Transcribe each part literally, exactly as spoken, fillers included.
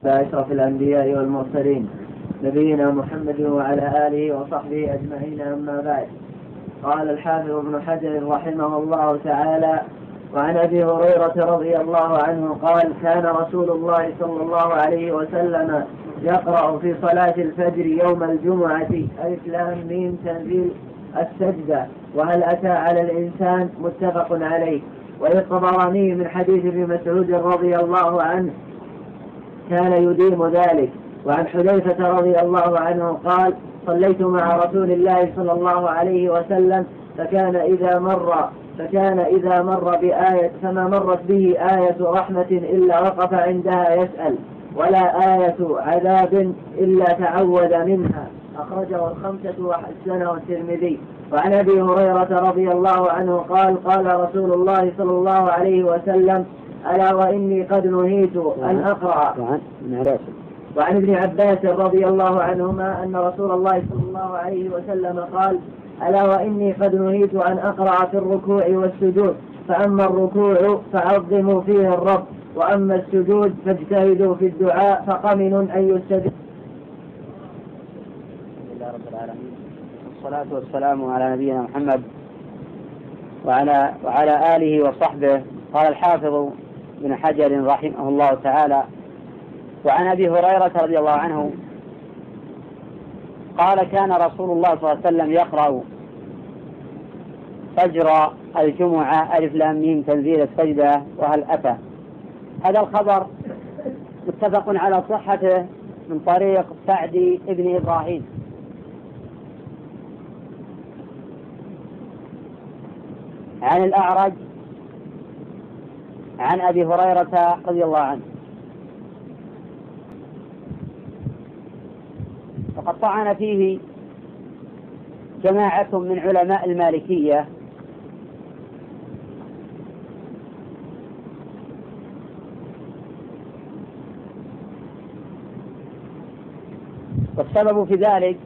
أشرف الأنبياء والمرسلين نبينا محمد وعلى آله وصحبه أجمعين، أما بعد. قال الحافظ ابن حجر رحمه الله تعالى: وعن أبي هريرة رضي الله عنه قال: كان رسول الله صلى الله عليه وسلم يقرأ في صلاة الفجر يوم الجمعة ألف لام ميم تنزيل السجدة وهل أتى على الإنسان، متفق عليه. والطبراني من حديث ابن مسعود رضي الله عنه كان يديم ذلك. وعن حذيفة رضي الله عنه قال: صليت مع رسول الله صلى الله عليه وسلم فكان إذا مر فكان إذا مر بآية فما مرت به آية رحمة إلا وقف عندها يسأل، ولا آية عذاب إلا تعوذ منها. أخرجه الخمسة وحسنه الترمذي. وعن أبي هريرة رضي الله عنه قال: قال رسول الله صلى الله عليه وسلم: ألا وإني قد نهيت أن أقرأ. وعن ابن عباس رضي الله عنهما أن رسول الله صلى الله عليه وسلم قال: ألا وإني قد نهيت أن أقرأ في الركوع والسجود، فأما الركوع فعظموا فيه الرب، وأما السجود فاجتهدوا في الدعاء فقمن أن يستجب. الحمد لله رب العالمين، والصلاة والسلام على نبينا محمد وعلى, وعلى آله وصحبه. قال الحافظ ابن حجر رحمه الله تعالى: وعن أبي هريرة رضي الله عنه قال: كان رسول الله صلى الله عليه وسلم يقرأ فجر الجمعة ألف لام ميم تنزيل السجدة وهل أتى. هذا الخبر متفق على صحته من طريق سعد ابن إبراهيم عن الأعرج عن أبي هريرة رضي الله عنه. وقد طعن فيه جماعة من علماء المالكية والسبب في ذلك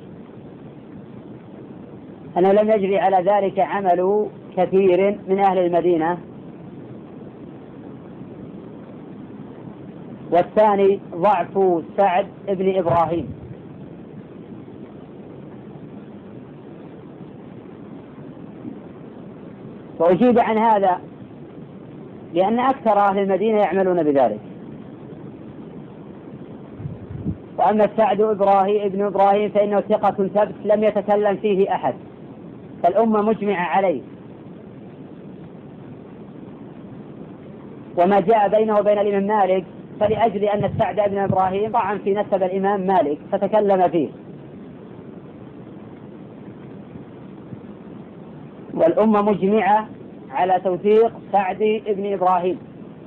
أنه لم يجري على ذلك عمل كثير من أهل المدينة، والثاني ضعف سعد ابن إبراهيم. وأجيب عن هذا لأن أكثر أهل المدينة يعملون بذلك. وأما سعد إبراهيم ابن إبراهيم فإنه ثقة ثبت لم يتكلم فيه أحد، فالأمة مجمعة عليه، وما جاء بينه وبين الإمام مالك فلأجل أن سعد ابن إبراهيم طعن في نسب الإمام مالك فتكلم فيه، والأمة مجمعة على توثيق سعد ابن إبراهيم.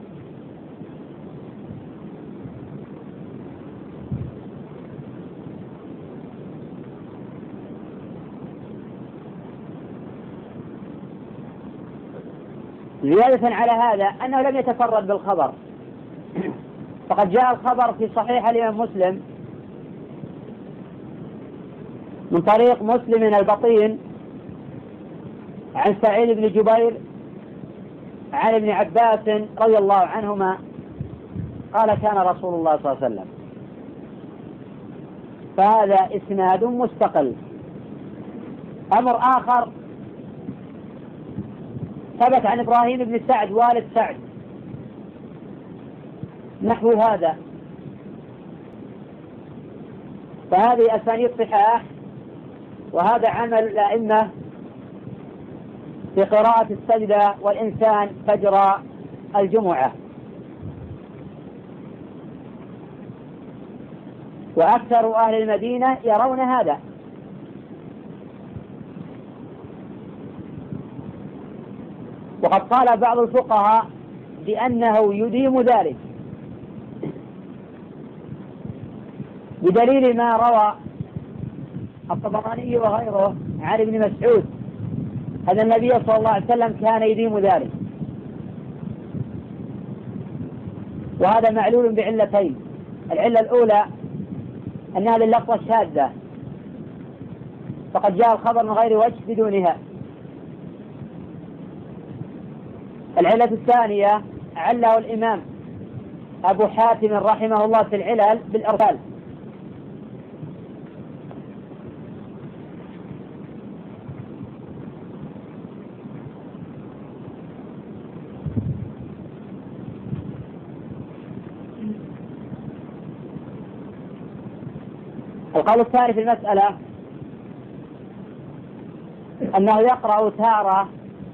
زيادة على هذا أنه لم يتفرد بالخبر، فقد جاء الخبر في صحيح الإمام مسلم من طريق مسلم البطين عن سعيد بن جبير عن ابن عباس رضي الله عنهما قال: كان رسول الله صلى الله عليه وسلم. فهذا إسناد مستقل. أمر آخر ثبت عن إبراهيم بن سعد والد سعد نحو هذا، فهذه أسانيد صحاح، وهذا عمل الأئمة في قراءة السجدة والإنسان فجر الجمعة. وأكثر أهل المدينة يرون هذا. وقد قال بعض الفقهاء بأنه يديم ذلك بدليل ما روى الطبراني وغيره عن ابن مسعود أن النبي صلى الله عليه وسلم كان يديم ذلك. وهذا معلول بعلتين: العلة الأولى أن هذه اللفظة شاذة، فقد جاء الخبر من غير وجه بدونها. العلة الثانية عله الإمام أبو حاتم رحمه الله في العلل بالإرسال. القول الثاني في المسألة أنه يقرأ تارة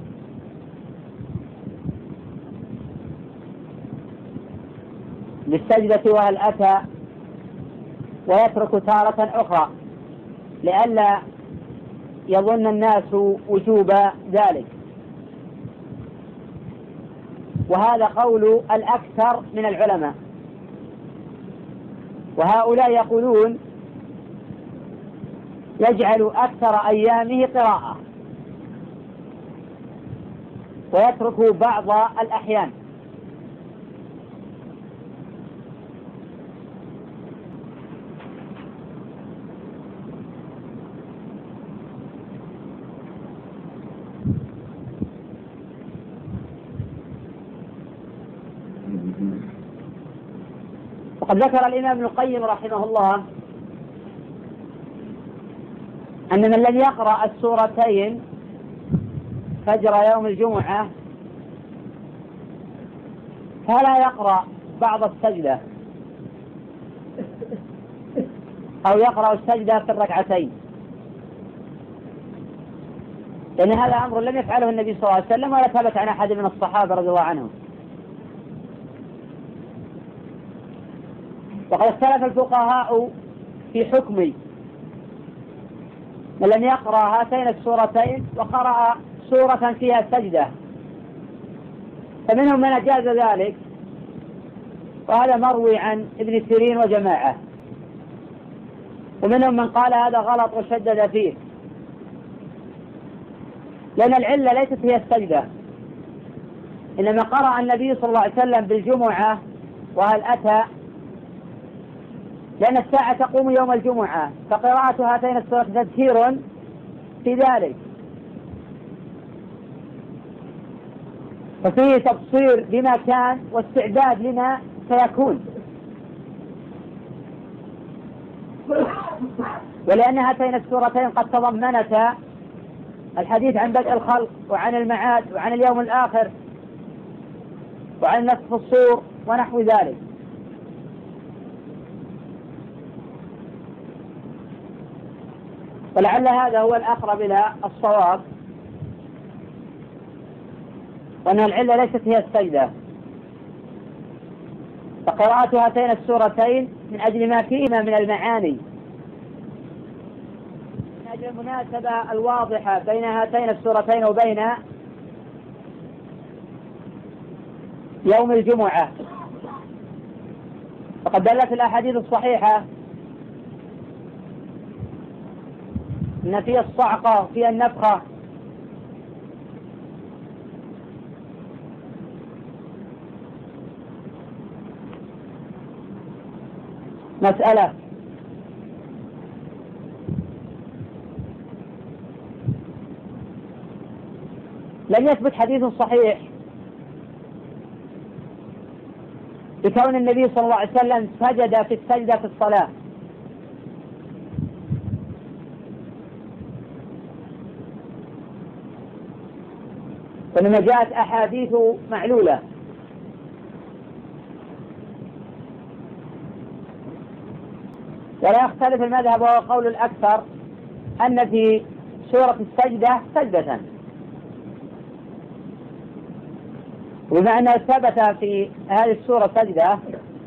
للسجدة وهل أتى، ويترك تارة أخرى لئلا يظن الناس وجوب ذلك، وهذا قول الأكثر من العلماء. وهؤلاء يقولون يجعل أكثر أيامه قراءة ويترك بعض الأحيان. وقد ذكر الإمام ابن القيم رحمه الله أن من لم يقرأ السورتين فجر يوم الجمعة فلا يقرأ بعض السجدة أو يقرأ السجدة في الركعتين، لأن هذا أمر لم يفعله النبي صلى الله عليه وسلم ولا ثبت عن أحد من الصحابة رضي الله عنهم. وقد اختلف الفقهاء في حكم من لم يقرأ هاتين السورتين وقرأ سورة فيها سجدة، فمنهم من أجاز ذلك، وهذا مروي عن ابن سيرين وجماعة، ومنهم من قال هذا غلط وشدد فيه، لأن العلة ليست هي السجدة، إنما قرأ النبي صلى الله عليه وسلم بالجمعة وهل أتى، لأن الساعة تقوم يوم الجمعة، فقراءة هاتين السورة تذكير في ذلك، ففيه تبصير بما كان واستعداد لما سيكون. ولأن هاتين السورتين قد تضمنتا الحديث عن بدء الخلق وعن المعاد وعن اليوم الآخر وعن نفخ الصور ونحو ذلك. ولعل هذا هو الأقرب إلى الصواب، وأن العلة ليست هي السجدة، فقراءة هاتين السورتين من أجل ما فيهما من المعاني، من أجل المناسبة الواضحة بين هاتين السورتين وبين يوم الجمعة. فقد دلت الأحاديث الصحيحة إن في الصعقة في النفخة مسألة لم يثبت حديث صحيح بكون النبي صلى الله عليه وسلم سجد في السجدة في الصلاة، وإنما جاءت أحاديث معلولة. ولا يختلف المذهب وهو قول الأكثر أن في سورة السجدة سجدة، وبما أنه ثبت في هذه السورة سجدة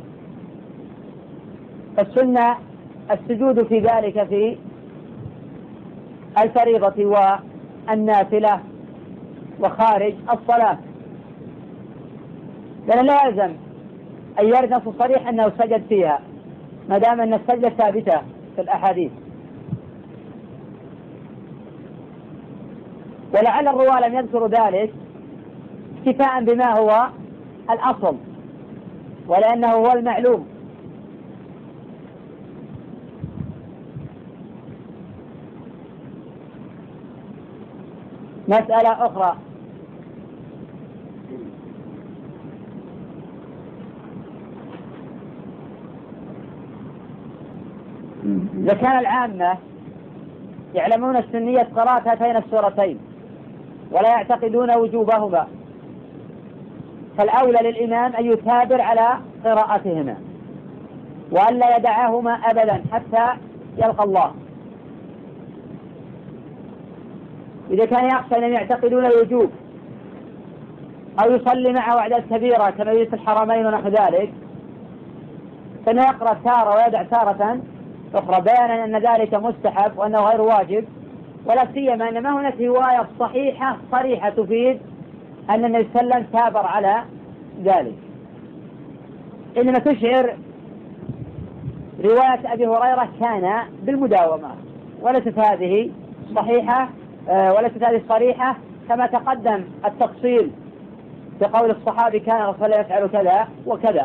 فالسنة السجود في ذلك في الفريضة والنافلة وخارج الصلاة، لأن لا يلزم أن يرد نص صريح أنه سجد فيها ما دام أن السجدة ثابتة في الأحاديث. ولعل الرواة لم يذكروا ذلك اكتفاء بما هو الأصل ولأنه هو المعلوم. مسألة أخرى إذا كان العامة يعلمون سنية قراءة هاتين السورتين ولا يعتقدون وجوبهما، فالأولى للإمام أن يثابر على قراءتهما وألا يدعهما أبدا حتى يلقى الله. إذا كان يخشى أن يعتقدون الوجوب أو يصلي معه أعداد كبيرة كما يجلس الحرمين ونحو ذلك، فإنه يقرأ تارة ويدع تارة أخرى بيانا أن ذلك مستحب وأنه غير واجب، ولا سيما أن ما هناك رواية صحيحة صريحة تفيد أن النبي صلى الله عليه وسلم ثابر على ذلك، إنما تشعر رواية أبي هريرة كان بالمداومة، وليست هذه صحيحة وليست هذه صريحة كما تقدم التفصيل في قول الصحابي كان رسول الله يفعل كذا وكذا،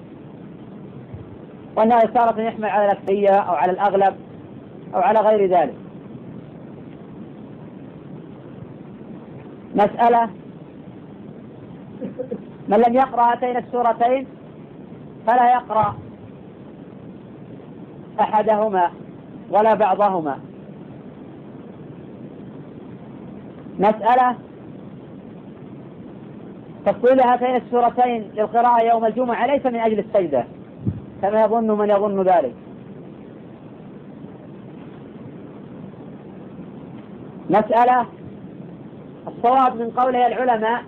وأنها تارة يحمل على الأكثرية أو على الأغلب أو على غير ذلك. مسألة: من لم يقرأ هاتين السورتين فلا يقرأ أحدهما ولا بعضهما. مسألة: تفصيل هاتين السورتين للقراءة يوم الجمعة ليس من أجل السجدة كما يظن من يظن ذلك. مسألة: الصواب من قوله العلماء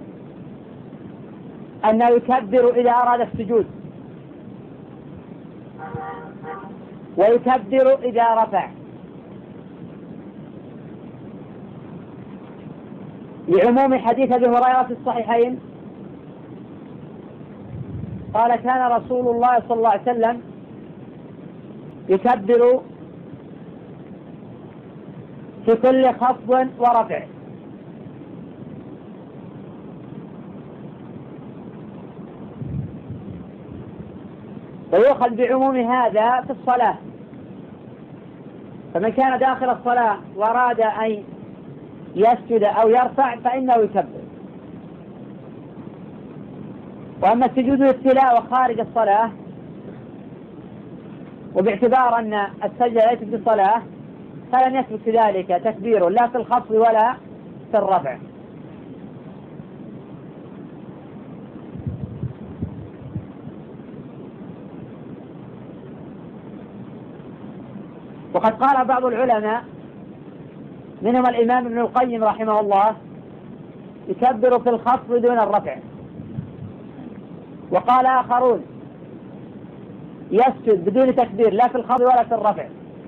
أنه يكبر إذا أراد السجود ويكبر إذا رفع، لعموم حديث أبي هريرة في الصحيحين قال: كان رسول الله صلى الله عليه وسلم يكبر في كل خفض ورفع. ويؤخذ بعموم هذا في الصلاة، فمن كان داخل الصلاة وأراد أن يسجد أو يرفع فإنه يكبر. وأما السجود للتلاوة خارج الصلاة، وباعتبار أن السجدة ليست في الصلاة فلم يثبت في ذلك تكبير لا في الخفض ولا في الرفع. وقد قال بعض العلماء منهم الإمام ابن القيم رحمه الله يكبر في الخفض دون الرفع، وقال آخرون يسجد بدون تكبير لا في الخفض ولا في الرفع،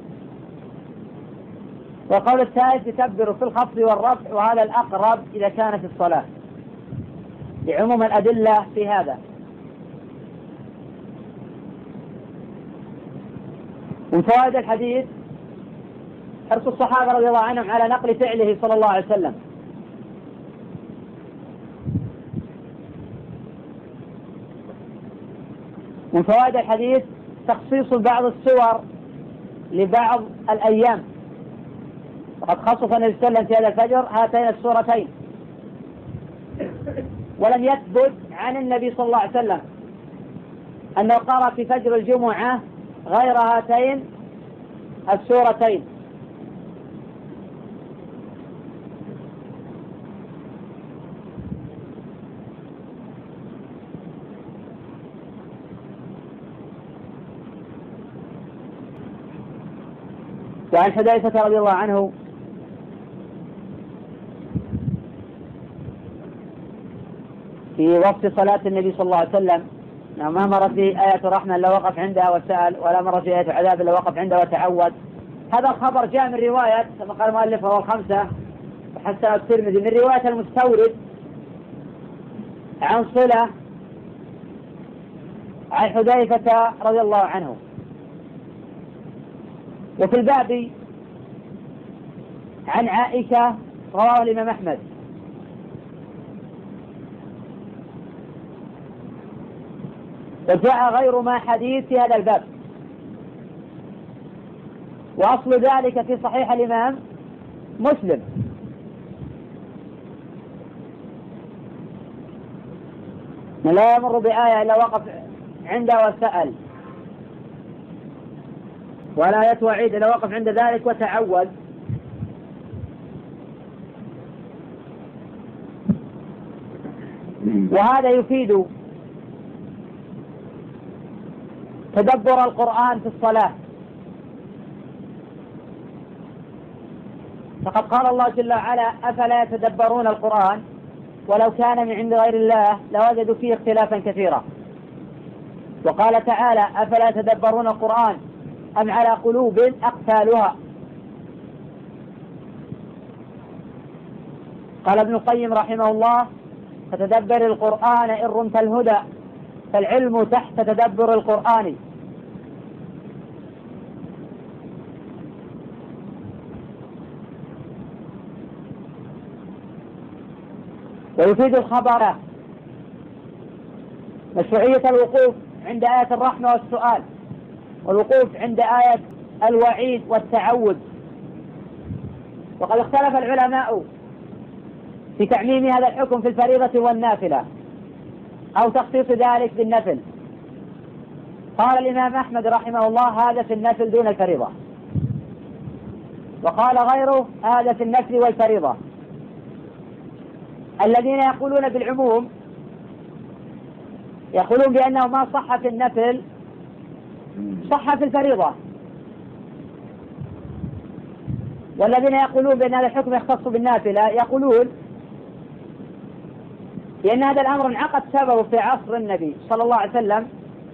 وقول الثالث يكبر في الخفض والرفع، وهذا الأقرب إذا كان في الصلاة لعموم الأدلة في هذا. من فوائد الحديث حرص الصحابة رضي الله عنهم على نقل فعله صلى الله عليه وسلم، من فوائد الحديث تخصيص بعض السور لبعض الأيام، وقد خصص النبي صلى الله عليه وسلم في هذا الفجر هاتين السورتين، ولم يثبت عن النبي صلى الله عليه وسلم أنه قرأ في فجر الجمعة غير هاتين السورتين. وعن حذيفة رضي الله عنه في وصف صلاة النبي صلى الله عليه وسلم ما مرت به آية رحمة إلا وقف عندها وسأل، ولا مرت به آية عذاب إلا وقف عندها وتعود. هذا الخبر جاء من رواية كما قال المؤلف وهو الخمسة وحسن الترمذي من رواية المستورد عن صلة عن حذيفة رضي الله عنه. وفي الباب عن عائشة رواه الإمام أحمد. وجاء غير ما حديث في هذا الباب، وأصل ذلك في صحيح الإمام مسلم. لا يمر بآية إلا وقف عنده وسأل. ولا يتوعيد إذا وقف عند ذلك وتعود. وهذا يفيد تدبر القرآن في الصلاة، فقد قال الله جل وعلا: أفلا يتدبرون القرآن ولو كان من عند غير الله لوجدوا فيه اختلافا كثيرا. وقال تعالى: أفلا يتدبرون القرآن أم على قلوب أقفالها. قال ابن القيم رحمه الله: فتدبر القرآن إن رمت الهدى، فالعلم تحت تدبر القرآن. ويفيد الخبر مشروعية الوقوف عند آية الرحمة والسؤال، والوقوف عند آية الوعيد والتعوذ. وقد اختلف العلماء في تعميم هذا الحكم في الفريضة والنافلة أو تخصيص ذلك بالنفل. قال الإمام أحمد رحمه الله: هذا في النفل دون الفريضة. وقال غيره: هذا في النفل والفريضة. الذين يقولون بالعموم يقولون بأنه ما صح في النفل صح في الفريضة، والذين يقولون بأن هذا الحكم يختص بالنافلة يقولون بأن هذا الأمر انعقد سببه في عصر النبي صلى الله عليه وسلم،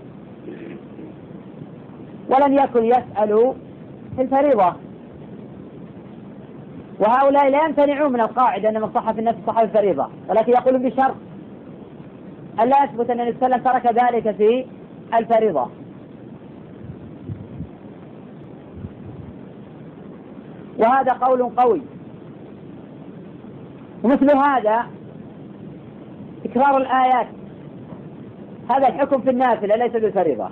ولم يكن يسأل في الفريضة. وهؤلاء لا يمتنعون من القاعدة أن من صح في النفس صح في الفريضة، ولكن يقولون بشرط أن لا يثبت أن النبي صلى الله عليه وسلم ترك ذلك في الفريضة. وهذا قول قوي. ومثل هذا تكرار الآيات، هذا الحكم في النافلة ليس بالفريضة.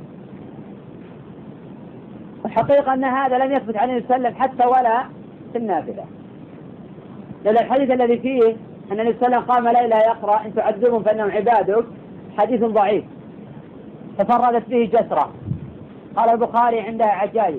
والحقيقة أن هذا لم يثبت عن النبي صلى الله عليه وسلم حتى ولا في النافلة، لأن الحديث الذي فيه أن النبي صلى الله عليه وسلم قام ليلة يقرأ: إن تعذبهم فإنهم عبادك، حديث ضعيف تفردت به جسرة. قال البخاري: عندها عجائب.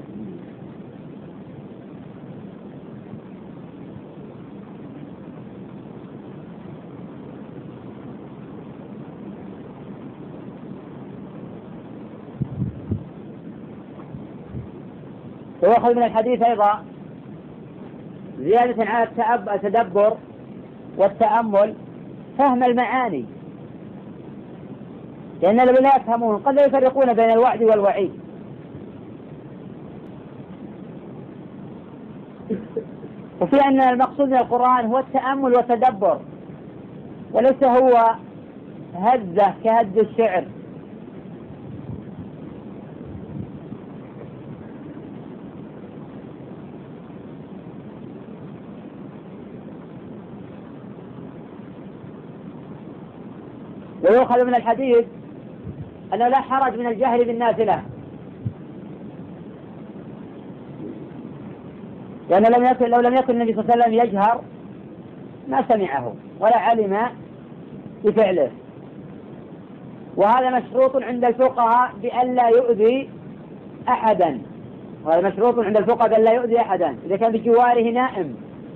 ويأخذ من الحديث أيضا زيادة على التدبر والتأمل فهم المعاني، لأن الذين لا يفهمون قد لا يفرقون بين الوعد والوعيد. وفي أن المقصود من القرآن هو التأمل والتدبر، وليس هو هزة كهز الشعر. ويؤخذ من الحديث أنه لا حرج من الجهل بالنافلة، لأن لم يكن لو لم يكن النبي صلى الله عليه وسلم يجهر ما سمعه ولا علم بفعله. وهذا مشروط عند الفقهاء بأن لا يؤذي أحدا، وهذا مشروط عند الفقهاء بأن لا يؤذي أحدا. إذا كان بجواره نائم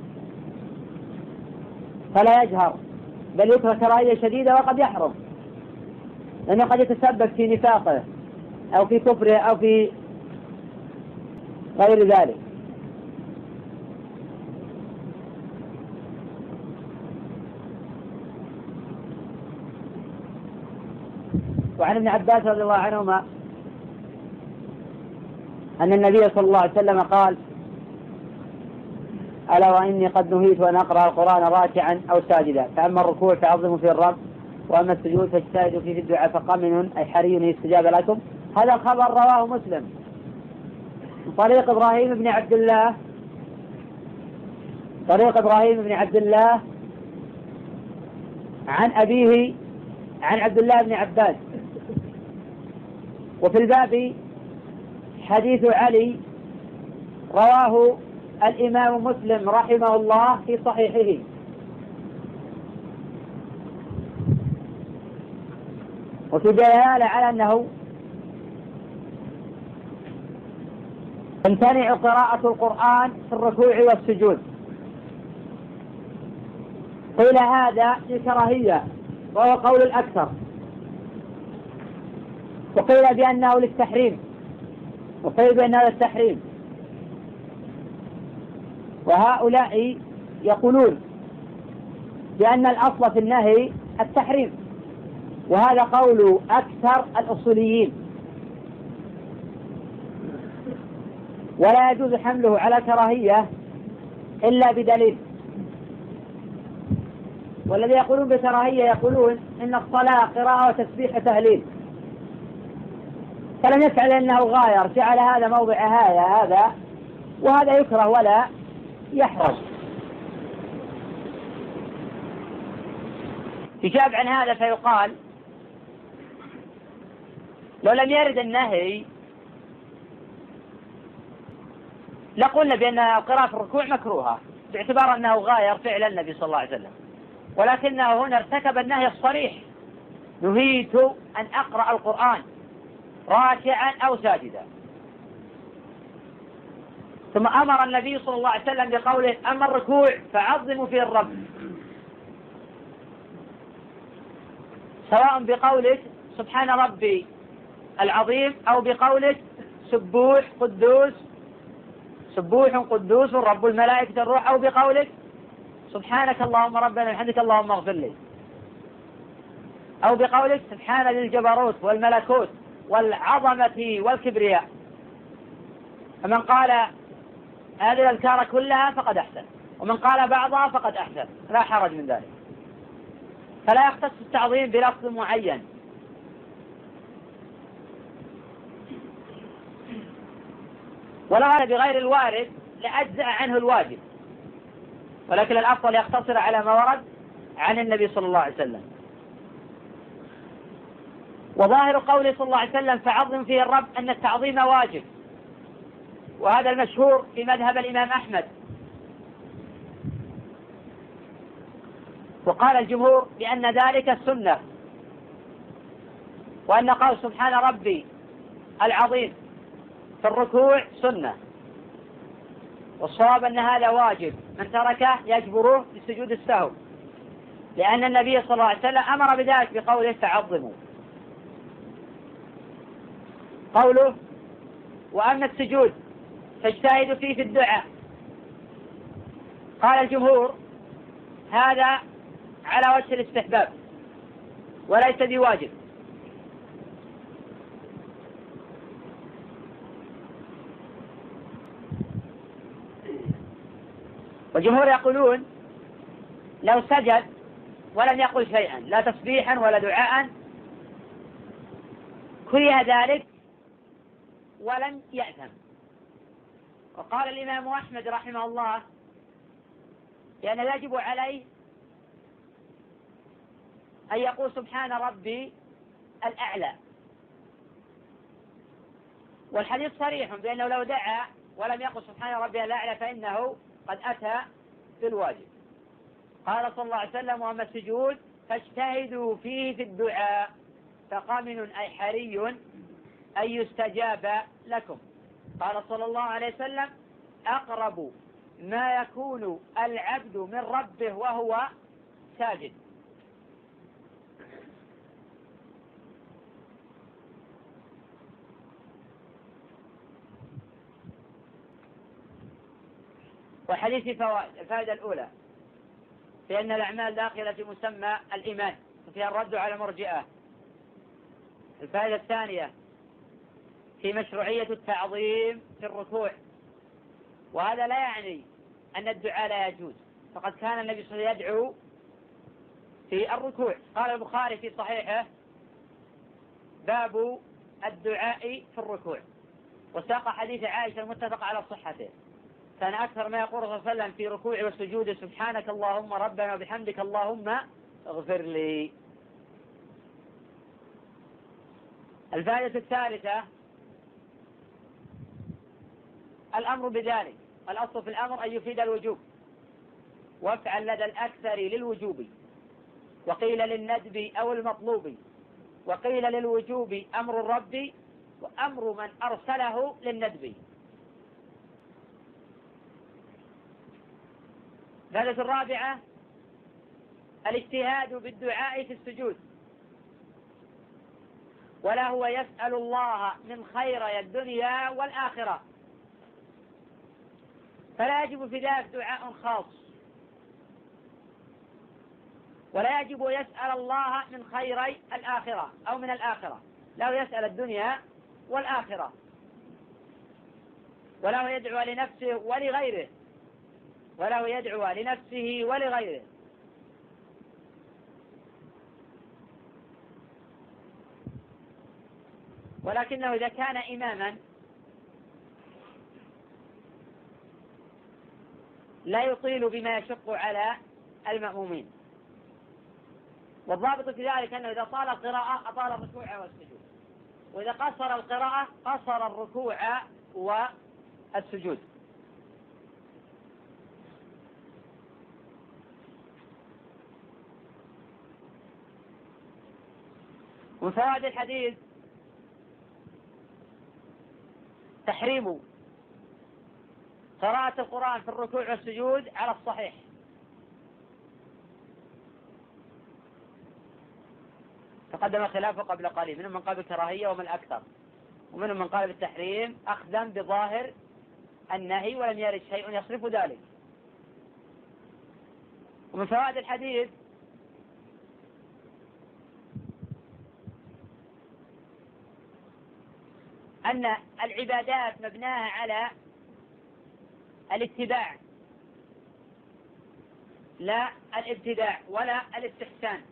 فلا يجهر، بل يكره كراهية شديدة وقد يحرم، لأنه قد يتسبب في نفاقه أو في كفره أو في غير ذلك. وعن ابن عباس رضي الله عنهما أن النبي صلى الله عليه وسلم قال: ألا وإني قد نهيت أن أقرأ القرآن راكعا أو ساجدا، فأما الركوع فعظموا في الرب، وأما السجود فاجتهدوا فيه في الدعاء فقمن أي حري يستجاب لكم. هذا الخبر رواه مسلم من طريق إبراهيم بن عبد الله طريق إبراهيم بن عبد الله عن أبيه عن عبد الله بن عباس. وفي الباب حديث علي رواه الإمام مسلم رحمه الله في صحيحه. وفي دلالة على أنه تمتنع قراءة القرآن في الركوع والسجود. قيل هذا للكراهية وهو قول الأكثر، وقيل بأنه للتحريم وقيل بأنه للتحريم وهؤلاء يقولون بأن الأصل في النهي التحريم، وهذا قول أكثر الأصوليين، ولا يجوز حمله على كراهية إلا بدليل. والذي يقولون بكراهية يقولون إن الصلاة قراءة وتسبيح وتهليل، فلم يفعل أنه غاير، جعل هذا موضع هذا هذا وهذا يكره ولا يحرج. يجاب عن هذا فيقال لو لم يرد النهي لقلنا بأن القراءة في الركوع مكروهة باعتبار أنه غاير فعل النبي صلى الله عليه وسلم، ولكنه هنا ارتكب النهي الصريح: نهيت أن أقرأ القرآن راكعا أو ساجدا. ثم أمر النبي صلى الله عليه وسلم بقوله: أما الركوع فعظموا فيه الرب، سواء بقولك سبحان ربي العظيم أو بقولك سبوح قدوس سبوح قدوس رب الملائكة الروح، أو بقولك سبحانك اللهم ربنا وبحمدك اللهم اغفر لي، أو بقولك سبحان ذي الجبروت والملكوت والعظمة والكبرياء. فمن قال هذه الأذكار كلها فقد أحسن، ومن قال بعضها فقد أحسن، لا حرج من ذلك. فلا يختص التعظيم بلفظ معين. ولو هذا بغير الوارد لأجزأ عنه الواجب، ولكن الأفضل يقتصر على ما ورد عن النبي صلى الله عليه وسلم. وظاهر قوله صلى الله عليه وسلم فعظم فيه الرب أن التعظيم واجب، وهذا المشهور في مذهب الإمام أحمد. وقال الجمهور بأن ذلك السنة، وأن قول سبحان ربي العظيم في الركوع سنة، والصواب أن هذا واجب، من تركه يجبره بسجود السهو، لأن النبي صلى الله عليه وسلم أمر بذلك بقوله تعظموا. قوله وأما السجود فاجتهدوا فيه في الدعاء، قال الجمهور هذا على وجه الاستحباب وليس بواجب. والجمهور يقولون لو سجد ولم يقل شيئا لا تسبيحا ولا دعاء كره ذلك ولم يأثم. وقال الإمام أحمد رحمه الله لأن يجب عليه أن يقول سبحان ربي الأعلى، والحديث صريح بأنه لو دعا ولم يقل سبحان ربي الأعلى فإنه قد أتى بالواجب. قال صلى الله عليه وسلم وأما السجود فاجتهدوا فيه في الدعاء فقامن أي حري أن يستجاب لكم. قال صلى الله عليه وسلم أقرب ما يكون العبد من ربه وهو ساجد. وحديث فوائد. الفائدة الأولى في أن الأعمال داخلة في مسمى الإيمان وفيها الرد على المرجئة. الفائدة الثانية في مشروعية التعظيم في الركوع، وهذا لا يعني أن الدعاء لا يجوز، فقد كان النبي صلى الله عليه وسلم يدعو في الركوع. قال البخاري في صحيحه باب الدعاء في الركوع، وساق حديث عائشة المتفق على صحته. كان أكثر ما يقول صلى الله عليه وسلم في ركوع والسجود سبحانك اللهم ربنا وبحمدك اللهم اغفر لي. الفائدة الثالثة الأمر بذلك. الأصل في الأمر أن يفيد الوجوب، وافعل لدى الأكثر للوجوب، وقيل للندب أو المطلوب، وقيل للوجوب أمر الرب وأمر من أرسله للندب. الفائدة الرابعة الاجتهاد بالدعاء في السجود، ولا هو يسأل الله من خير الدنيا والآخرة، فلا يجب في ذلك دعاء خاص، ولا يجب يسأل الله من خيري الآخرة أو من الآخرة، لا يسأل الدنيا والآخرة، ولا يدعو لنفسه ولغيره، ولا يدعو لنفسه ولغيره. ولكنه إذا كان إماما لا يطيل بما يشق على المأمومين، والضابط في ذلك أنه إذا طال القراءة أطال الركوع والسجود، وإذا قصر القراءة قصر الركوع والسجود. ومن فوائد الحديث تحريم قراءة القرآن في الركوع والسجود على الصحيح، تقدم خلافه قبل قليل، منهم من قال بالكراهية ومن الأكثر، ومنهم من قال بالتحريم أخذا بظاهر النهي ولم يرد شيء يصرف ذلك. ومن فوائد الحديث أن العبادات مبناها على الاتباع لا الابتداع ولا الاستحسان،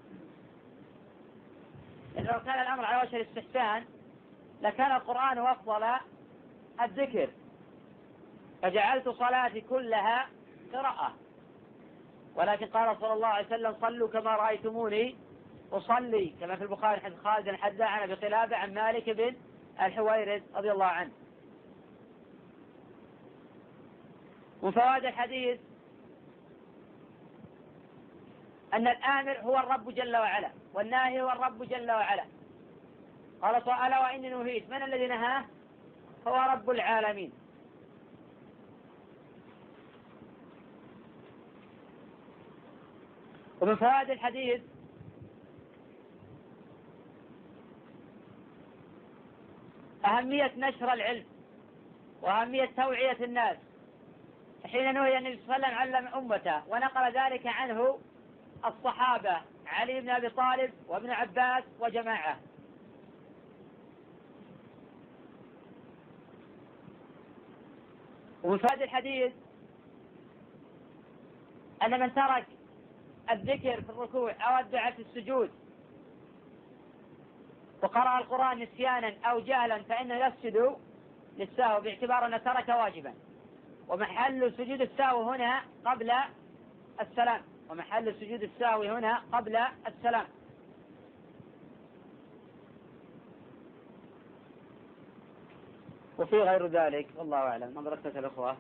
لأن لو كان الأمر على وجه الاستحسان لكان القرآن أفضل الذكر، فجعلت صلاتي كلها قراءة، ولكن قال صلى الله عليه وسلم صلوا كما رأيتموني أصلي، كما في البخاري حديث خالد الحذاء عن أبي قلابة عن مالك بن الحويرث رضي الله عنه. ومن فوائد الحديث أن الآمر هو الرب جل وعلا، والناهي هو الرب جل وعلا. قال تعالى وإني نهيت، من الذي نهاه؟ هو رب العالمين. ومن فوائد الحديث أهمية نشر العلم وأهمية توعية الناس، حين نهي النبي صلى الله عليه وسلم علم أمته، ونقل ذلك عنه الصحابة علي بن أبي طالب وابن عباس وجماعة. ومن فائدة الحديث أن من ترك الذكر في الركوع أو الدعاء في السجود وقرأ القرآن نسيانا أو جهلا فإنه يسجد للسهو، باعتبار أنه ترك واجبا، ومحل سجود السهو هنا قبل السلام، ومحل سجود السهو هنا قبل السلام. وفي غير ذلك والله أعلم. نظرتك الأخوة.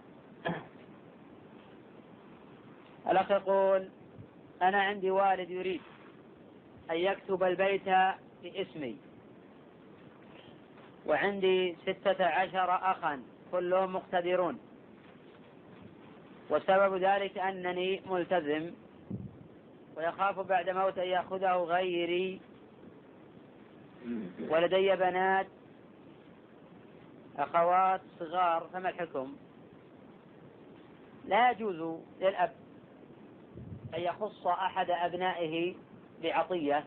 الأخ يقول أنا عندي والد يريد أن يكتب البيت باسمي، وعندي ستة عشر أخا كلهم مقتدرون، وسبب ذلك أنني ملتزم، ويخاف بعد موت أن يأخذه غيري، ولدي بنات أخوات صغار، فما الحكم؟ لا يجوز للأب أن يخص أحد أبنائه بعطية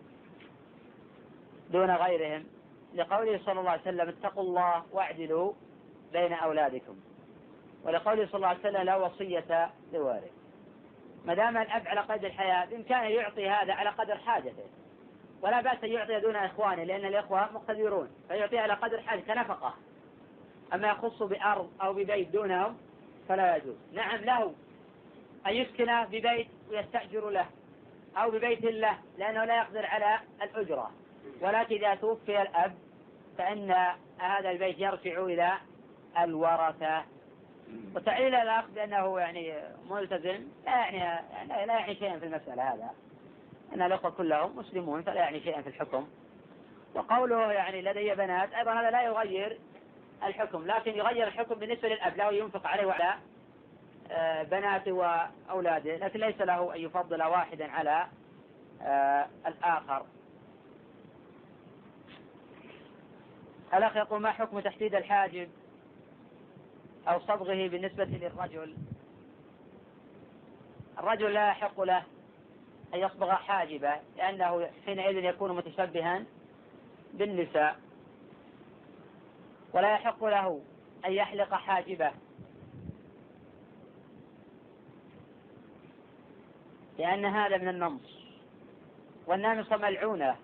دون غيرهم، لقوله صلى الله عليه وسلم اتقوا الله واعدلوا بين أولادكم، ولقوله صلى الله عليه وسلم لا وصية لوارث. ما دام الأب على قدر الحياة بإمكانه يعطي هذا على قدر حاجته، ولا بأس أن يعطي دون إخوانه، لأن الإخوة مقتدرون فيعطي على قدر حاجة كنفقة. أما يخص بأرض أو ببيت دونهم فلا يجوز. نعم له أن يسكن ببيت ويستأجر له أو ببيت له لأنه لا يقدر على الأجرة، ولكن إذا توفي الأب فإن هذا البيت يرجع إلى الورثة. وتعليل الأخ بأنه يعني ملتزم لا يعني, يعني لا يعني شيئا في المسألة، هذا أن الأخوة كلهم مسلمون فلا يعني شيئا في الحكم. وقوله يعني لدي بنات أيضا هذا لا يغير الحكم، لكن يغير الحكم بالنسبة للأب، له ينفق عليه وعلى بناته وأولاده، لكن ليس له أن يفضل واحدا على الآخر. الأخ يقول: ما حكم تحديد الحاجب أو صبغه بالنسبة للرجل؟ الرجل لا يحق له أن يصبغ حاجبه، لأنه حينئذ يكون متشبها بالنساء، ولا يحق له أن يحلق حاجبه، لأن هذا من النمص، والنامصة ملعونة.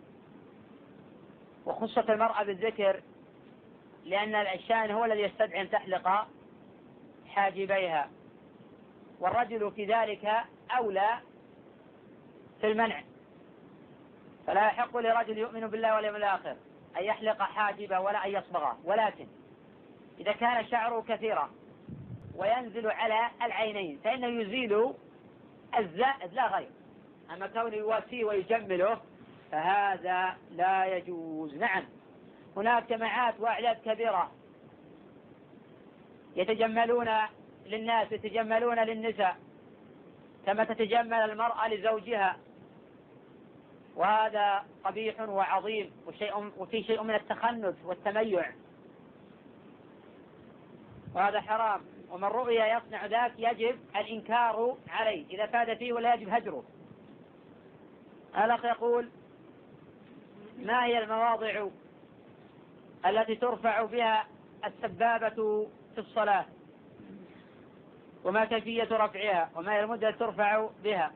وخصت المرأة بالذكر لأن الشأن هو الذي يستدعي أن تحلق حاجبيها، والرجل في ذلك أولى في المنع. فلا يحق لرجل يؤمن بالله واليوم الآخر أن يحلق حاجبه ولا أن يصبغه، ولكن إذا كان شعره كثيرا وينزل على العينين فإنه يزيل الزائد لا غير. أما كونه يواسيه ويجمله فهذا لا يجوز. نعم، هناك جماعات وأعداد كبيرة يتجملون للناس، يتجملون للنساء كما تتجمل المرأة لزوجها، وهذا قبيح وعظيم، وشيء وفي شيء من التخنث والتميع، وهذا حرام. ومن رؤي يصنع ذاك يجب الإنكار عليه، إذا فاد فيه ولا يجب هجره. الأخ يقول: ما هي المواضع التي ترفع بها السبابة في الصلاة، وما كيفية رفعها، وما هي المدة ترفع بها؟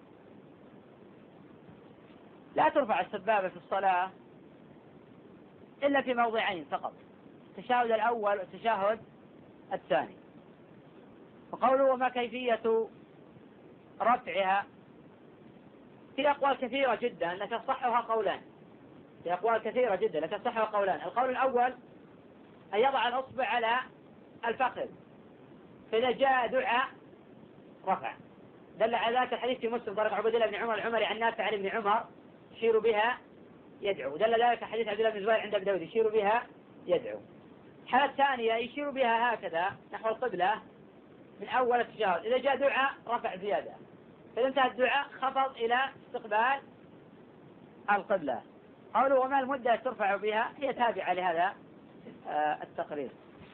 لا ترفع السبابة في الصلاة إلا في موضعين فقط: التشهد الأول والتشهد الثاني. وقوله وما كيفية رفعها، في أقوال كثيرة جدا لكن صحها قولان، في أقوال كثيرة جدا لكن صحها قولان. القول الأول أن يضع الأصبع على الفخذ، فإذا جاء دعاء رفع. دل على ذلك الحديث في مسلم طريق عبد الله بن عمر العمري عن نافع عن ابن عمر يشير بها يدعو. دل ذلك حديث عبد الله بن زبير عند ابي داود يشير بها يدعو. الحالة الثانية يشير بها هكذا نحو القبلة من أول التشهد، إذا جاء دعاء رفع زيادة، فإذا انتهى الدعاء خفض إلى استقبال القبلة. قوله وما المدة ترفع بها هي تابعة لهذا آه التقرير.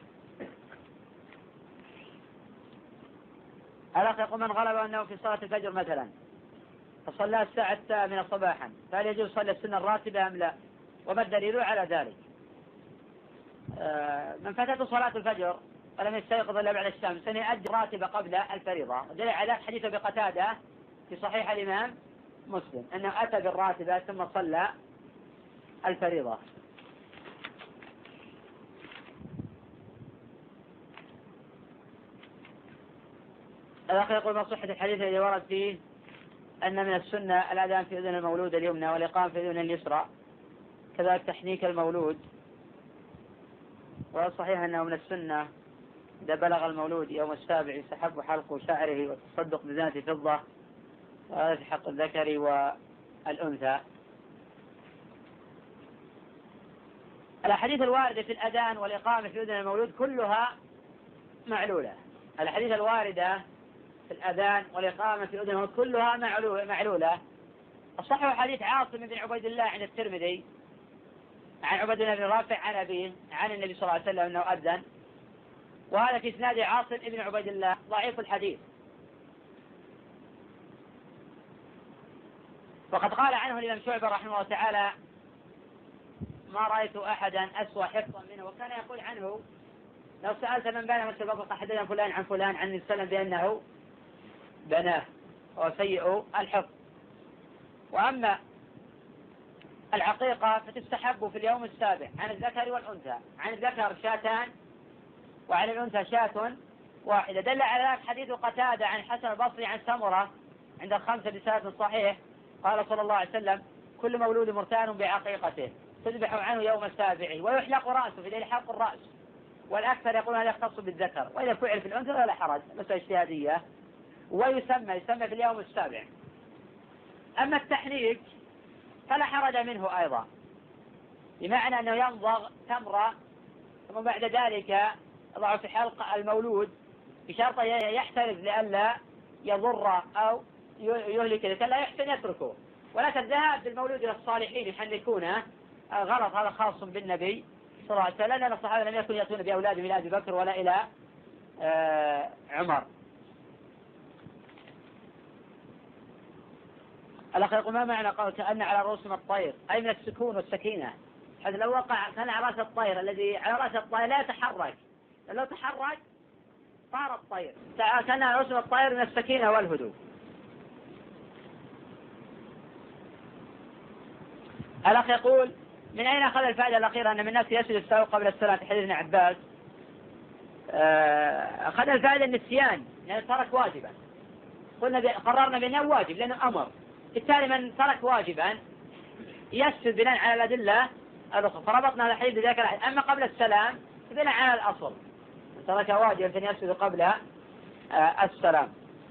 الأخ يقول: من غلب أنه في صلاة الفجر مثلا فصلى الساعة الثامنة صباحا، فهل يجوز صلى السنة الراتبة أم لا؟ وما الدليل على ذلك؟ آه من فاتته صلاة الفجر ولم يستيقظ إلا بعد الشمس سيؤدي الراتبة قبل الفريضة. ودليل على ذلك حديث بقتادة في صحيح الإمام مسلم أنه أتى بالراتبة ثم صلى الفريضة. الأخ يقول: ما صحة الحديث الذي ورد فيه أن من السنة الأذان في أذن المولود اليمنى والإقام في أذن اليسرى، كذلك تحنيك المولود؟ والصحيح أنه من السنة إذا بلغ المولود يوم السابع يستحب حلق شعره والتصدق بزينة فضة، وهذا في حق الذكر والأنثى. الأحاديث الواردة في الأذان والإقامة في أذن المولود كلها معلولة. الأحاديث الواردة في الأذان والإقامة في أذن المولود كلها معلولة. الصحيح حديث عاصم بن عبيد الله عند الترمذي عن عبيد الله بن رافع عن أبيه عن النبي صلى الله عليه وسلم أنه أذن، وهذا في إسناد عاصم بن عبيد الله ضعيف الحديث. وقد قال عنه الإمام شعبة رحمه الله تعالى: ما رأيت أحدا أسوأ حفظا منه. وكان يقول عنه: لو سألت من بنى مسجد البصرة حدثنا فلان عن فلان عن النبي صلى الله عليه وسلم بأنه بناه، وهو سيء الحفظ. وأما العقيقة فتستحب في اليوم السابع عن الذكر والأنثى، عن الذكر شاتان وعن الأنثى شاة واحدة. دل على ذلك حديث قتادة عن الحسن البصري عن سمرة عند الخمسة بسند صحيح قال صلى الله عليه وسلم: كل مولود مرتان بعقيقته تذبح عنه يوم السابع ويحلق رأسه، في ذلك حلق الرأس. والأكثر يقول هذا يختص بالذكر، وإذا فعل في الأنثى ولا حرج، مسألة اجتهادية. ويسمى يسمى في اليوم السابع. أما التحنيك فلا حرج منه أيضا، بمعنى أنه يمضغ تمرة ثم بعد ذلك يضع في حلق المولود بشرط يحترز لئلا يضر أو يهلك، إذا كان لا يحسن يتركه. ولا الذهاب بالمولود إلى الصالحين يحنكونه غلط، هذا خاص بالنبي صلى الله عليه وسلم، لأن الصحابة لم يكونوا يأتون بأولادهم إلى أبي بكر ولا إلى آه عمر. الأخ يقول ما معنى قول كأن على رؤوسهم الطير؟ أي من السكون والسكينة، حيث لو وقع كان على رأس الطير الذي على رأس الطير لا يتحرك، لو تحرك طار الطير، كان على رؤوسهم الطير من السكينة والهدوء. الأخ يقول من أين أخذ الفائدة الأخيرة أن من الناس يسجد السهو قبل الصلاة في حديث ابن عباس؟ أخذ الفائدة النسيان، لأنه ترك واجبا، قلنا قررنا بأنه واجب لأنه أمر، بالتالي من ترك واجبا يسجد بناء على الأدلة الأخرى، فربطنا الحديث بذلك الحديث. أما قبل السلام بناء على الأصل، من ترك واجبا فيسجد قبل السلام.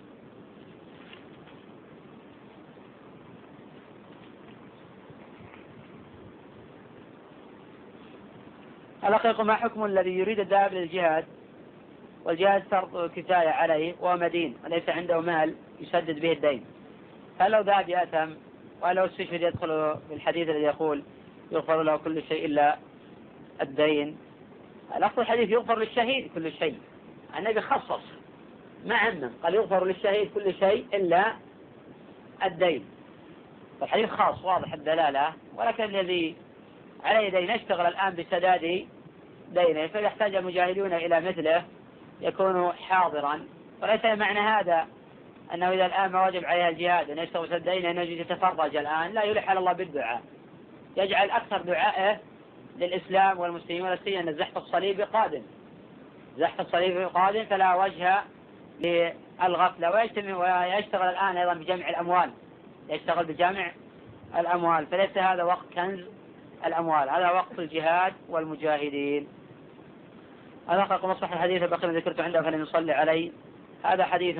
الأخ يقول ما حكم الذي يريد الذهاب للجهاد والجهاد فرض كفاية عليه وهو مدين وليس عنده مال يسدد به الدين، هل لو ذهب يأثم؟ ولو استشهد يدخل في الحديث الذي يقول يغفر له كل شيء إلا الدين؟ الأصل الحديث يغفر للشهيد كل شيء، النبي خصص ما عمم، قال يغفر للشهيد كل شيء إلا الدين، فالحديث خاص واضح الدلالة. ولكن الذي عليه دين يشتغل الآن بسداد دينه، فيحتاج المجاهدون إلى مثله يكون حاضرا، وليس معنى هذا أنه إذا الآن ما وجب عليها الجهاد أن يشتغل بسداد دينه أنه يتفرج الآن، لا، يلح على الله بالدعاء، يجعل أكثر دعائه للإسلام والمسلمين، ولا سيما أن زحف الصليب قادم، زحف الصليب قادم فلا وجه للغفلة، ويشتغل الآن أيضا بجمع الأموال، يشتغل بجمع الأموال، فليس هذا وقت كنز الأموال، هذا وقت الجهاد والمجاهدين. هذا قد مصبح الحديث البخير ذكرت عنده فلم يصلي عليه، هذا حديث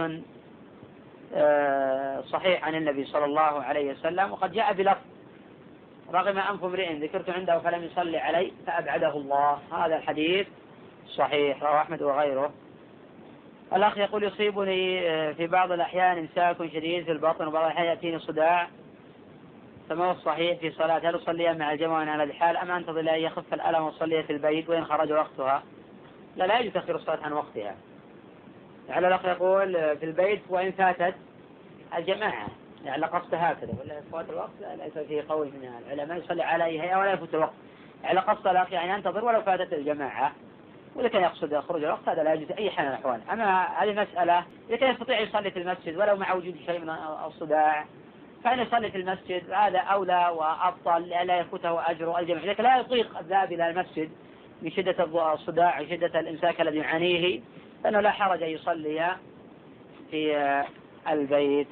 صحيح عن النبي صلى الله عليه وسلم، وقد جاء بلفظ رغم أنف امرئ ذكرت عنده فلم يصلي عليه فأبعده الله، هذا الحديث صحيح رواه أحمد وغيره. الأخ يقول يصيبني في بعض الأحيان إمساك شديد في البطن، وبعض الأحيان يأتيني صداع، فما هو الصحيح في صلاة؟ هل أصلي مع الجماعة على الحال أم أنتظر إلى أن يخف الألم وأصلي في البيت وإن خرج وقتها؟ لا، لا يجوز تأخير الصلاة عن وقتها. لعل الأخ يقول في البيت وإن فاتت الجماعة، لعل قصد هكذا، ولا فوات الوقت لا ليس فيه قول من العلماء يصلي على أي هيئة ولا يفوت الوقت، لعل قصد الأخ يعني ينتظر ولو فاتت الجماعة، وإذا كان يقصد خروج الوقت هذا لا يجوز أي حال من الأحوال. أما هذه مسألة إذا كان يستطيع يصلي في المسجد ولو مع وجود شيء من الصداع فإن يصلي في المسجد، هذا أولى وأفضل لا يفوته أجر الجمع. لكن لا يطيق الذهاب إلى المسجد من شدة الصداع وشدة الإمساك الذي يعانيه، فإنه لا حرج أن يصلي في البيت.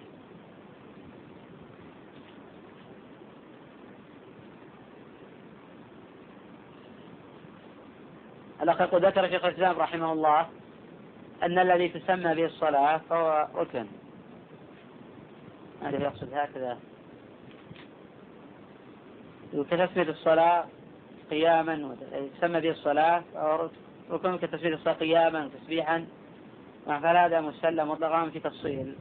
الأخ يقول ذكر شيخ الإسلام رحمه الله أن الذي تسمى به الصلاة فهو ركن، هذا يقصد هكذا، كتسمية الصلاة قياما يسمى به الصلاة فهو ركن كتسمية الصلاة قياما وتسبيحا، فهذا مسلم مطلقا في تفصيل.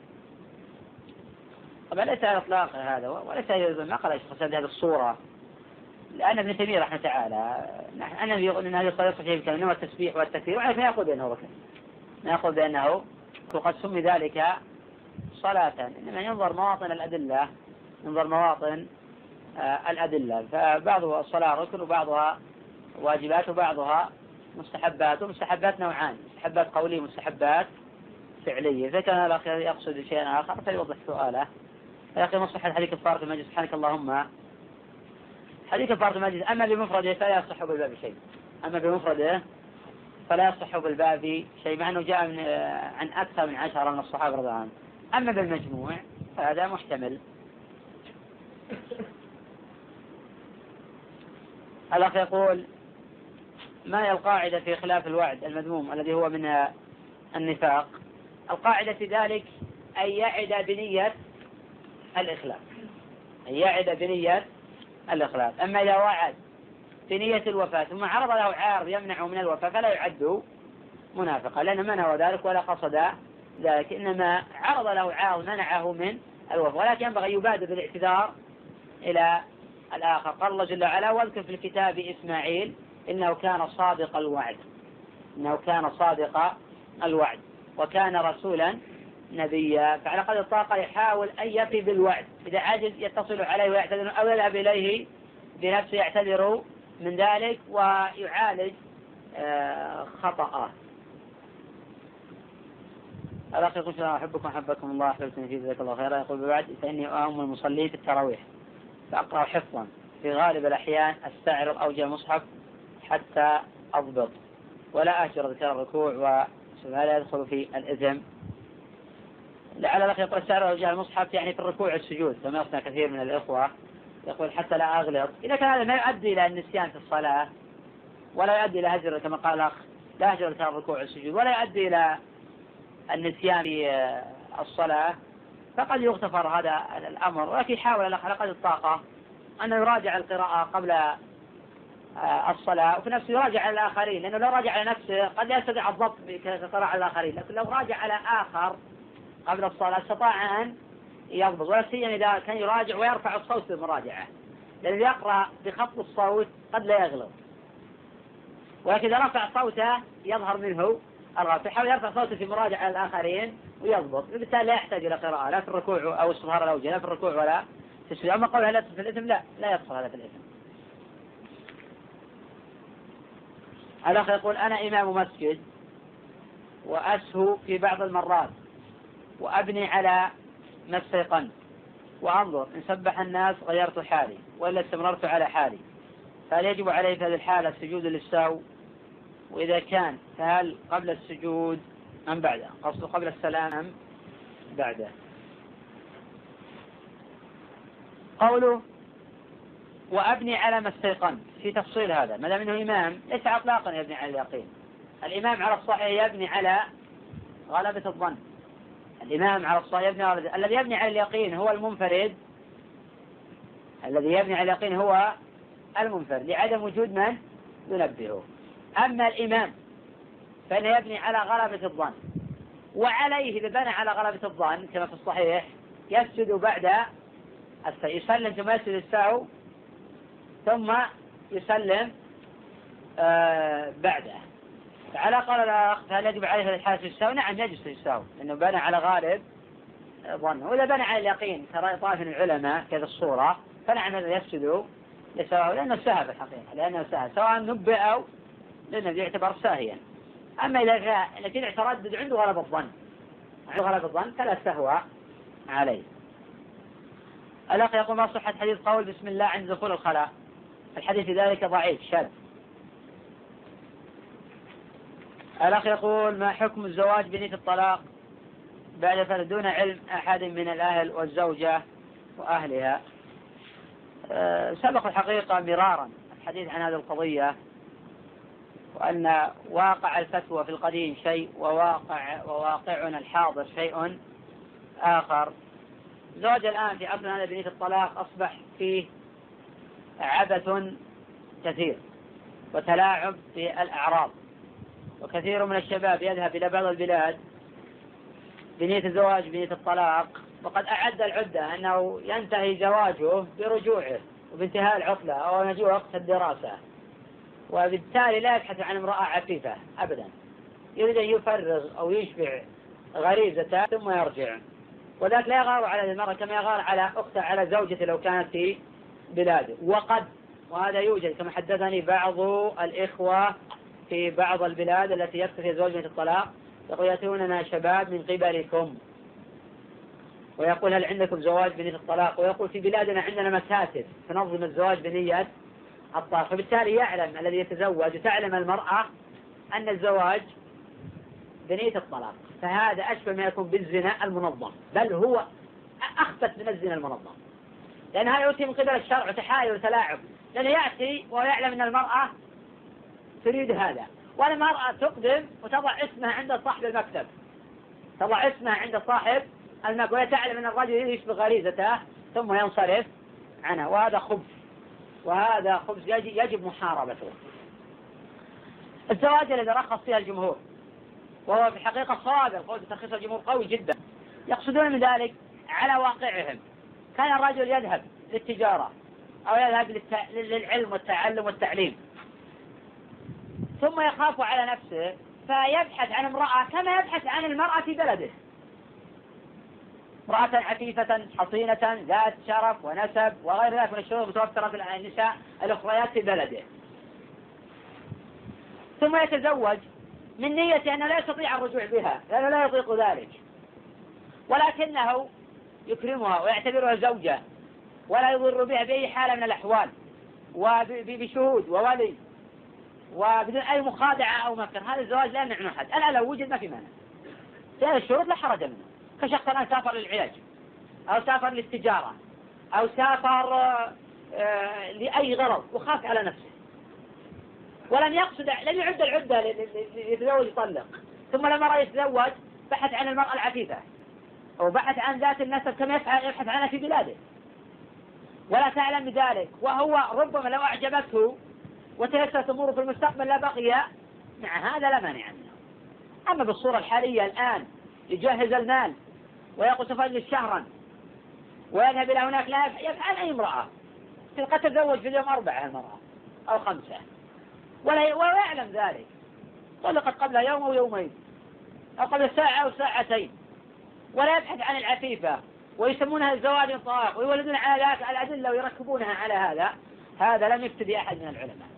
طبعا ليس على إطلاق هذا، وليس ما قال الشيخ الإسلام بهذه الصورة، لأن ابن تيمية رحمه تعالى نحن يقول أن هذه الصلاة صحيحة بكلمة التسبيح والتكبير، ولكن ما يقول بأنه ركن، ما يقول بأنه وقد سمي ذلك صلاة، إنما ينظر مواطن الأدلة، ينظر مواطن آه الأدلة، فبعضها الصلاة ركن وبعضها واجبات وبعضها مستحبات، ومستحبات نوعان، مستحبات قولية ومستحبات فعلية. إذا كان الأخ يقصد شيئا آخر فيوضح سؤاله. يا أخي مصح الحديث كفارة المجلس سبحانك اللهم، حديث كفارة المجلس أما بمفرده فلا يصح بالباب شيء، أما بمفرده فلا يصح بالباب شيء، مع أنه جاء من عن أكثر من عشرة من الصحابة رضي الله عنهم، أما بالمجموع فهذا محتمل. الأخ يقول ما هي القاعدة في خلاف الوعد المذموم الذي هو من النفاق؟ القاعدة في ذلك أن يعد بنية الإخلاف، أن يعد بنية الإخلاف. أما إذا وعد بنية الوفاة ثم عرض له عارض يمنع من الوفاة فلا يعد منافقة، لأنه ما نوى ذلك ولا قصد ذلك، إنما عرض له عارض منعه من الوفاء، ولكن ينبغي يبادر بالاعتذار إلى الآخر. قال الله جل وعلا: واذكر في الكتاب إسماعيل إنه كان صادق الوعد، إنه كان صادق الوعد وكان رسولا نبيا. فعلى قدر الطاقة يحاول أن يفي بالوعد، إذا عجز يتصل عليه ويعتذر أو يذهب إليه بنفسه يعتذر من ذلك ويعالج خطأه. الأخ يقول: أحبكم أحبكم الله أحببتني فيه جزاك الله خيرا. يقول: ببعد فإني أؤم المصلين في التراويح فأقرأ حفظا، في غالب الأحيان أستعرض أوجه المصحف حتى أضبط ولا أهجر ذكر الركوع، وهذا يدخل في الإثم. لعل الأخ يقول: أستعرض أوجه المصحف يعني في الركوع والسجود، كما يصنع كثير من الإخوة، يقول حتى لا أغلط. إذا كان هذا ما يؤدي إلى النسيان في الصلاة ولا يؤدي إلى هجر كما قال الأخ لا هجر ذكر الركوع والسجود ولا يؤدي إلى النسيان في الصلاة، فقد يغتفر هذا الأمر. ولكن يحاول الأخ على قدر الطاقة أنه يراجع القراءة قبل الصلاة، وفي نفسه يراجع على الآخرين، لأنه لو راجع على نفسه قد لا يستطيع الضبط بقراءة على الآخرين، لكن لو راجع على آخر قبل الصلاة استطاع أن يضبط، ولا سيما إذا كان يراجع ويرفع الصوت بالمراجعة، لأنه يقرأ بخفض الصوت قد لا يغلط، ولكن إذا رفع صوته يظهر منه الغلط، يحاول يرفع صوته في مراجعة على الآخرين ويضبط، وبالتالي لا يحتاج إلى قراءة لا في الركوع أو استظهار الأوجه، لا في الركوع ولا في السجود. أما قولها لا في الإثم، لا لا يدخل هذا في الإثم. الأخ يقول: أنا إمام مسجد وأسهو في بعض المرات وأبني على ما استيقنت وأنظر إن سبح الناس غيرت حالي وإلا استمررت على حالي، فهل يجب علي في هذه الحالة السجود للسهو؟ وإذا كان فهل قبل السجود أم بعده؟ قصده قبل السلام أم بعده؟ قوله وأبني على ما استيقنت في تفصيل هذا، ما دام أنه إمام ليس إطلاقا يبني على اليقين. الإمام على الصحيح يبني على غلبة الظن، الإمام على الصحيح يبني على الذي يبني على اليقين هو المنفرد، الذي يبني على اليقين هو المنفرد لعدم وجود من ينبهه. أما الإمام فإنه يبني على غلبة الظن، وعليه إذا بنى على غلبة الظن كما في الصحيح يسجد بعد السهو، يسلم ثم يسجد السهو ثم يسلم آه بعده. فعلى قول الأخ هل يجب عليه هذا الحالة السهو؟ نعم يجب السهو، لأنه بنى على غالب ظنه. وإذا بنى على اليقين كرأي طائفة من العلماء كذا الصورة فنعم هذا يسجد لسهو، لأنه سهى في الحقيقة، لأنه سهى سواء نبئ أو لأنه يعتبر ساهيا. أما إذا كان تردد عنده غلب الظن عنده غلب الظن فلا سهو عليه. الأخ يقول: ما صحة حديث قول بسم الله عند دخول الخلاء؟ الحديث ذلك ضعيف شاذ. الأخ يقول: ما حكم الزواج بنية الطلاق بعد فرد دون علم أحد من الأهل والزوجة وأهلها؟ أه سبق الحقيقة مرارا الحديث عن هذه القضية، وأن واقع الفتوى في القديم شيء وواقع وواقعنا الحاضر شيء آخر. الزواج الآن في عصرنا هذا بنية الطلاق أصبح فيه عبث كثير وتلاعب في الأعراض، وكثير من الشباب يذهب إلى بعض البلاد بنية الزواج بنية الطلاق، وقد أعد العدة أنه ينتهي زواجه برجوعه وبانتهاء العطلة أو مجيء وقت الدراسة، وبالتالي لا يبحث عن امرأة عفيفة أبدا، يريد أن يفرغ أو يشبع غريزته ثم يرجع، وذلك لا يغار على المرأة كما يغار على أخته على زوجته لو كانت في بلاده. وقد وهذا يوجد كما حدثني بعض الإخوة في بعض البلاد التي يكتفي الزواج بنية الطلاق، يقول يأتوننا شباب من قبلكم ويقول هل عندكم زواج بنية الطلاق، ويقول في بلادنا عندنا مكاتب تنظم الزواج بنية الطلاق. فبالتالي يعلم الذي يتزوج وتعلم المرأة أن الزواج بنية الطلاق، فهذا أشبه ما يكون بالزنا المنظم، بل هو أخبث من الزنا المنظم، لأن هذا يأتي من قبل الشرع وتحايل وتلاعب، لأنه يأتي ويعلم أن المرأة تريد هذا، والمرأة تقدم وتضع اسمها عند صاحب المكتب، تضع اسمها عند صاحب المكتب وهي تعلم أن الرجل يشبه غريزته ثم ينصرف عنها، وهذا خبث، وهذا خبث يجب محاربته. الزواج الذي رخص فيها الجمهور وهو في الحقيقة صادر، قول ترخيص الجمهور قوي جدا. يقصدون من ذلك على واقعهم. كان الرجل يذهب للتجارة أو يذهب للت... للعلم والتعلم والتعليم، ثم يخاف على نفسه فيبحث عن امرأة كما يبحث عن المرأة في بلده، امرأة عفيفة حصينة ذات شرف ونسب وغير ذلك من الشروط المتوفرة في النساء الأخريات في بلده، ثم يتزوج من نية أنه لا يستطيع الرجوع بها لأنه لا يطيق ذلك، ولكنه يكرمها ويعتبرها زوجة ولا يضر بها بأي حالة من الأحوال وبشهود وولي وبدون أي مخادعة أو مكر. هذا الزواج لا يمنع منه أحد. الآن لو وجد ما في مانع، في هذه الشروط لا حرج منه. كشخص الآن سافر للعلاج أو سافر للتجارة أو سافر آه لأي غرض وخاف على نفسه ولم يقصد، لم يعد العدة ليتزوج يطلق، ثم لما رأى يتزوج بحث عن المرأة العفيفة أو بحث عن ذات النسب كما يبحث عنها في بلاده ولا تعلم بذلك، وهو ربما لو أعجبته وتيسرت أموره في المستقبل لا بقي مع هذا لا مانع منه. أما بالصورة الحالية الآن يجهز المال ويقول سوف أجلس شهرا ويذهب إلى هناك لا يفعل أي امرأة، قد تتزوج في اليوم أربعة المرأة أو خمسة ولا ولا يعلم ذلك، طلقت قبل يوم أو يومين أو قبل ساعة أو ساعتين، ولا يبحث عن العفيفة ويسمونها الزواج الطلاق ويولدون على ذلك الأدلة ويركبونها على هذا. هذا لم يفتدي أحد من العلماء.